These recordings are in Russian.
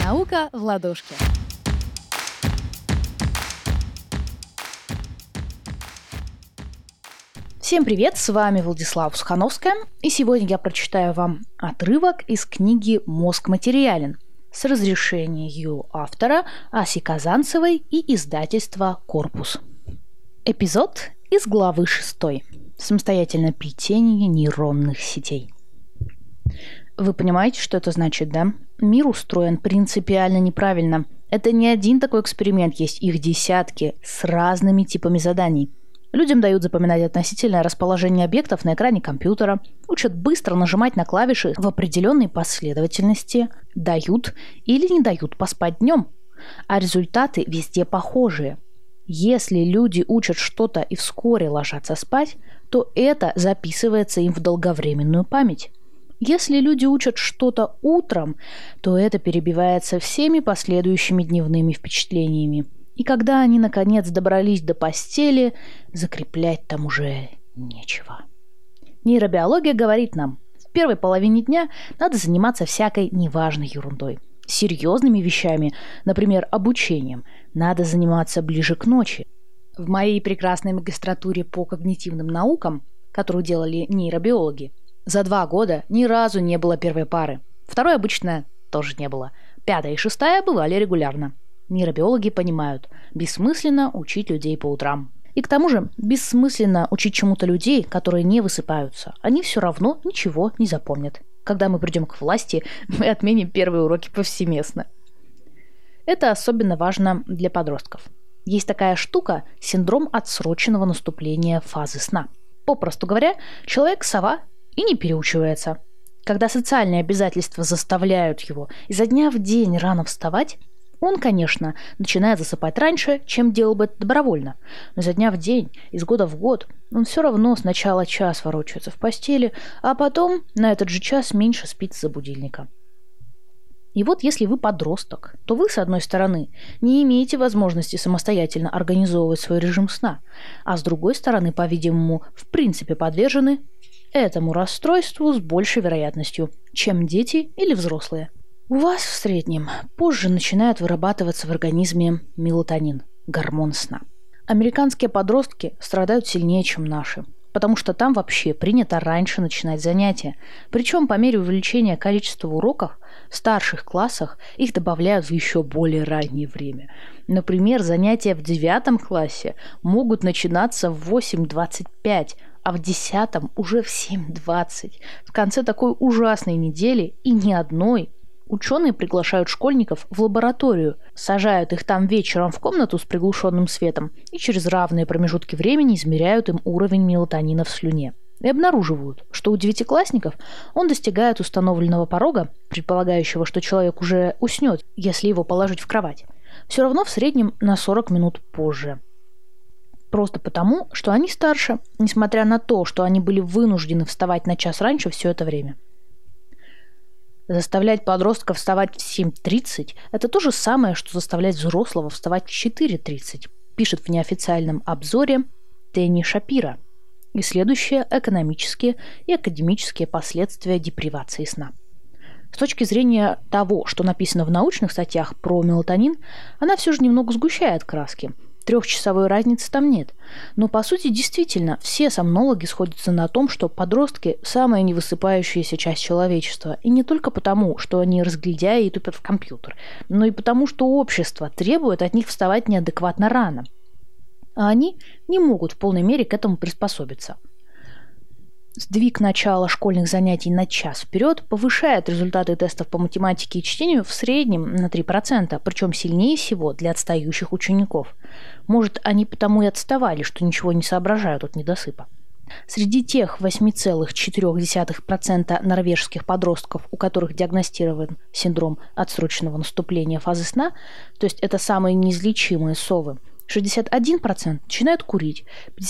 Наука в ладошке. Всем привет, с вами Владислава Сухановская, и сегодня я прочитаю вам отрывок из книги «Мозг материален» с разрешения ее автора Аси Казанцевой и издательства «Корпус». Эпизод из главы 6. Самостоятельное плетение нейронных сетей. Вы понимаете, что это значит, да? Мир устроен принципиально неправильно. Это не один такой эксперимент, есть их десятки с разными типами заданий. Людям дают запоминать относительное расположение объектов на экране компьютера, учат быстро нажимать на клавиши в определенной последовательности, дают или не дают поспать днем. А результаты везде похожие. Если люди учат что-то и вскоре ложатся спать, то это записывается им в долговременную память. Если люди учат что-то утром, то это перебивается всеми последующими дневными впечатлениями. И когда они, наконец, добрались до постели, закреплять там уже нечего. Нейробиология говорит нам, в первой половине дня надо заниматься всякой неважной ерундой. Серьезными вещами, например, обучением, надо заниматься ближе к ночи. В моей прекрасной магистратуре по когнитивным наукам, которую делали нейробиологи, за 2 года ни разу не было первой пары. Второй обычно тоже не было. 5-я и 6-я бывали регулярно. Нейробиологи понимают, бессмысленно учить людей по утрам. И к тому же бессмысленно учить чему-то людей, которые не высыпаются. Они все равно ничего не запомнят. Когда мы придем к власти, мы отменим первые уроки повсеместно. Это особенно важно для подростков. Есть такая штука – синдром отсроченного наступления фазы сна. Попросту говоря, человек – сова и не переучивается. Когда социальные обязательства заставляют его изо дня в день рано вставать, он, конечно, начинает засыпать раньше, чем делал бы это добровольно. Но изо дня в день, из года в год, он все равно сначала час ворочается в постели, а потом на этот же час меньше спит из-за будильника. И вот если вы подросток, то вы, с одной стороны, не имеете возможности самостоятельно организовывать свой режим сна, а с другой стороны, по-видимому, в принципе подвержены этому расстройству с большей вероятностью, чем дети или взрослые. У вас в среднем позже начинает вырабатываться в организме мелатонин, гормон сна. Американские подростки страдают сильнее, чем наши, потому что там вообще принято раньше начинать занятия. Причем по мере увеличения количества уроков в старших классах их добавляют в еще более раннее время. Например, занятия в 9 классе могут начинаться в 8:25, а в 10 уже в 7:20. В конце такой ужасной недели и ни одной ученые приглашают школьников в лабораторию, сажают их там вечером в комнату с приглушенным светом и через равные промежутки времени измеряют им уровень мелатонина в слюне. И обнаруживают, что у 9-классников он достигает установленного порога, предполагающего, что человек уже уснет, если его положить в кровать, все равно в среднем на 40 минут позже. Просто потому, что они старше, несмотря на то, что они были вынуждены вставать на час раньше все это время. Заставлять подростков вставать в 7:30 – это то же самое, что заставлять взрослого вставать в 4:30, пишет в неофициальном обзоре Тенни Шапира, исследующая экономические и академические последствия депривации сна. С точки зрения того, что написано в научных статьях про мелатонин, она все же немного сгущает краски. 3-часовой разницы там нет. Но, по сути, действительно, все сомнологи сходятся на том, что подростки – самая невысыпающаяся часть человечества. И не только потому, что они разглядяи и тупят в компьютер, но и потому, что общество требует от них вставать неадекватно рано. А они не могут в полной мере к этому приспособиться. Сдвиг начала школьных занятий на час вперед повышает результаты тестов по математике и чтению в среднем на 3%, причем сильнее всего для отстающих учеников. Может, они потому и отставали, что ничего не соображают от недосыпа. Среди тех 8,4% норвежских подростков, у которых диагностирован синдром отсроченного наступления фазы сна, то есть это самые неизлечимые совы, 61% начинают курить,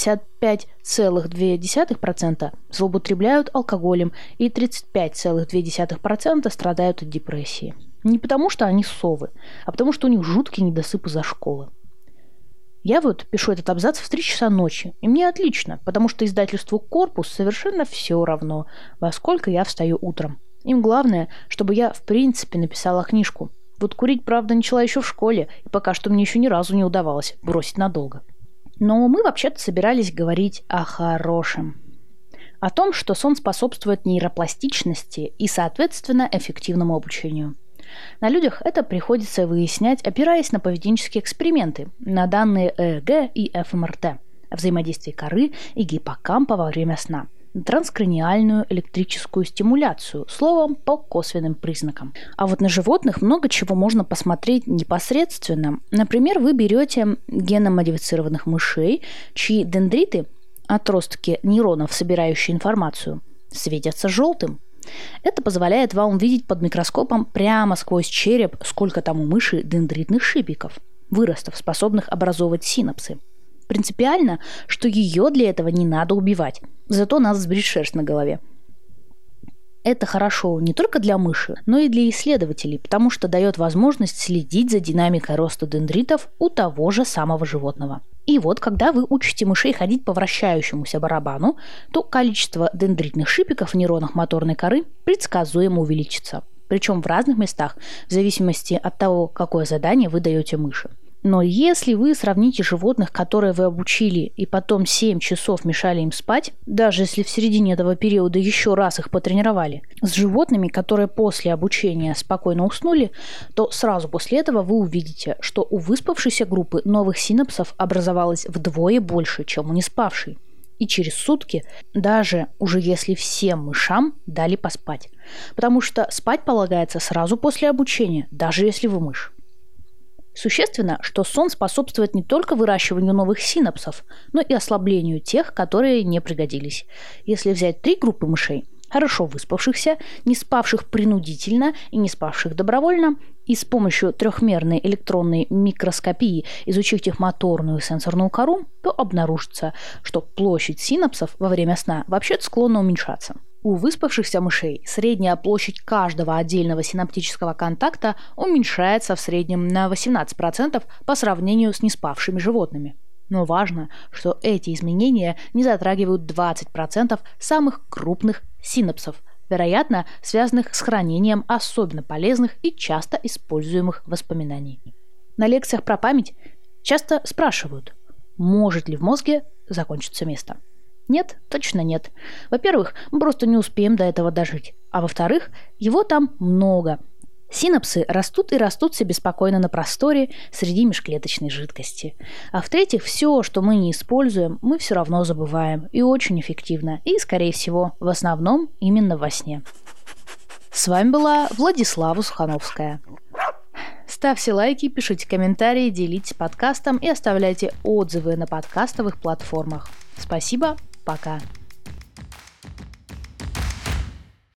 55,2% злоупотребляют алкоголем и 35,2% страдают от депрессии. Не потому, что они совы, а потому, что у них жуткий недосып из-за школы. Я вот пишу этот абзац в 3 часа ночи, и мне отлично, потому что издательству «Корпус» совершенно все равно, во сколько я встаю утром. Им главное, чтобы я в принципе написала книжку. Вот курить, правда, начала еще в школе, и пока что мне еще ни разу не удавалось бросить надолго. Но мы вообще-то собирались говорить о хорошем. О том, что сон способствует нейропластичности и, соответственно, эффективному обучению. На людях это приходится выяснять, опираясь на поведенческие эксперименты, на данные ЭЭГ и ФМРТ, о взаимодействии коры и гиппокампа во время сна, на транскраниальную электрическую стимуляцию, словом, по косвенным признакам. А вот на животных много чего можно посмотреть непосредственно. Например, вы берете генно-модифицированных мышей, чьи дендриты, отростки нейронов, собирающие информацию, светятся желтым. Это позволяет вам увидеть под микроскопом прямо сквозь череп, сколько там у мыши дендритных шипиков, выростов, способных образовывать синапсы. Принципиально, что ее для этого не надо убивать, зато надо сбрить шерсть на голове. Это хорошо не только для мыши, но и для исследователей, потому что дает возможность следить за динамикой роста дендритов у того же самого животного. И вот, когда вы учите мышей ходить по вращающемуся барабану, то количество дендритных шипиков в нейронах моторной коры предсказуемо увеличится. Причем в разных местах, в зависимости от того, какое задание вы даете мыши. Но если вы сравните животных, которые вы обучили, и потом 7 часов мешали им спать, даже если в середине этого периода еще раз их потренировали, с животными, которые после обучения спокойно уснули, то сразу после этого вы увидите, что у выспавшейся группы новых синапсов образовалось вдвое больше, чем у неспавшей. И через сутки, даже уже если всем мышам дали поспать. Потому что спать полагается сразу после обучения, даже если вы мышь. Существенно, что сон способствует не только выращиванию новых синапсов, но и ослаблению тех, которые не пригодились. Если взять 3 группы мышей, хорошо выспавшихся, не спавших принудительно и не спавших добровольно, и с помощью трехмерной электронной микроскопии изучить их моторную и сенсорную кору, то обнаружится, что площадь синапсов во время сна вообще-то склонна уменьшаться. У выспавшихся мышей средняя площадь каждого отдельного синаптического контакта уменьшается в среднем на 18% по сравнению с неспавшими животными. Но важно, что эти изменения не затрагивают 20% самых крупных синапсов, вероятно, связанных с хранением особенно полезных и часто используемых воспоминаний. На лекциях про память часто спрашивают, может ли в мозге закончиться место. Нет, точно нет. Во-первых, мы просто не успеем до этого дожить. А во-вторых, его там много. Синапсы растут и растут себе спокойно на просторе среди межклеточной жидкости. А в-третьих, все, что мы не используем, мы все равно забываем. И очень эффективно. И, скорее всего, в основном именно во сне. С вами была Владислава Сухановская. Ставьте лайки, пишите комментарии, делитесь подкастом и оставляйте отзывы на подкастовых платформах. Спасибо, пока.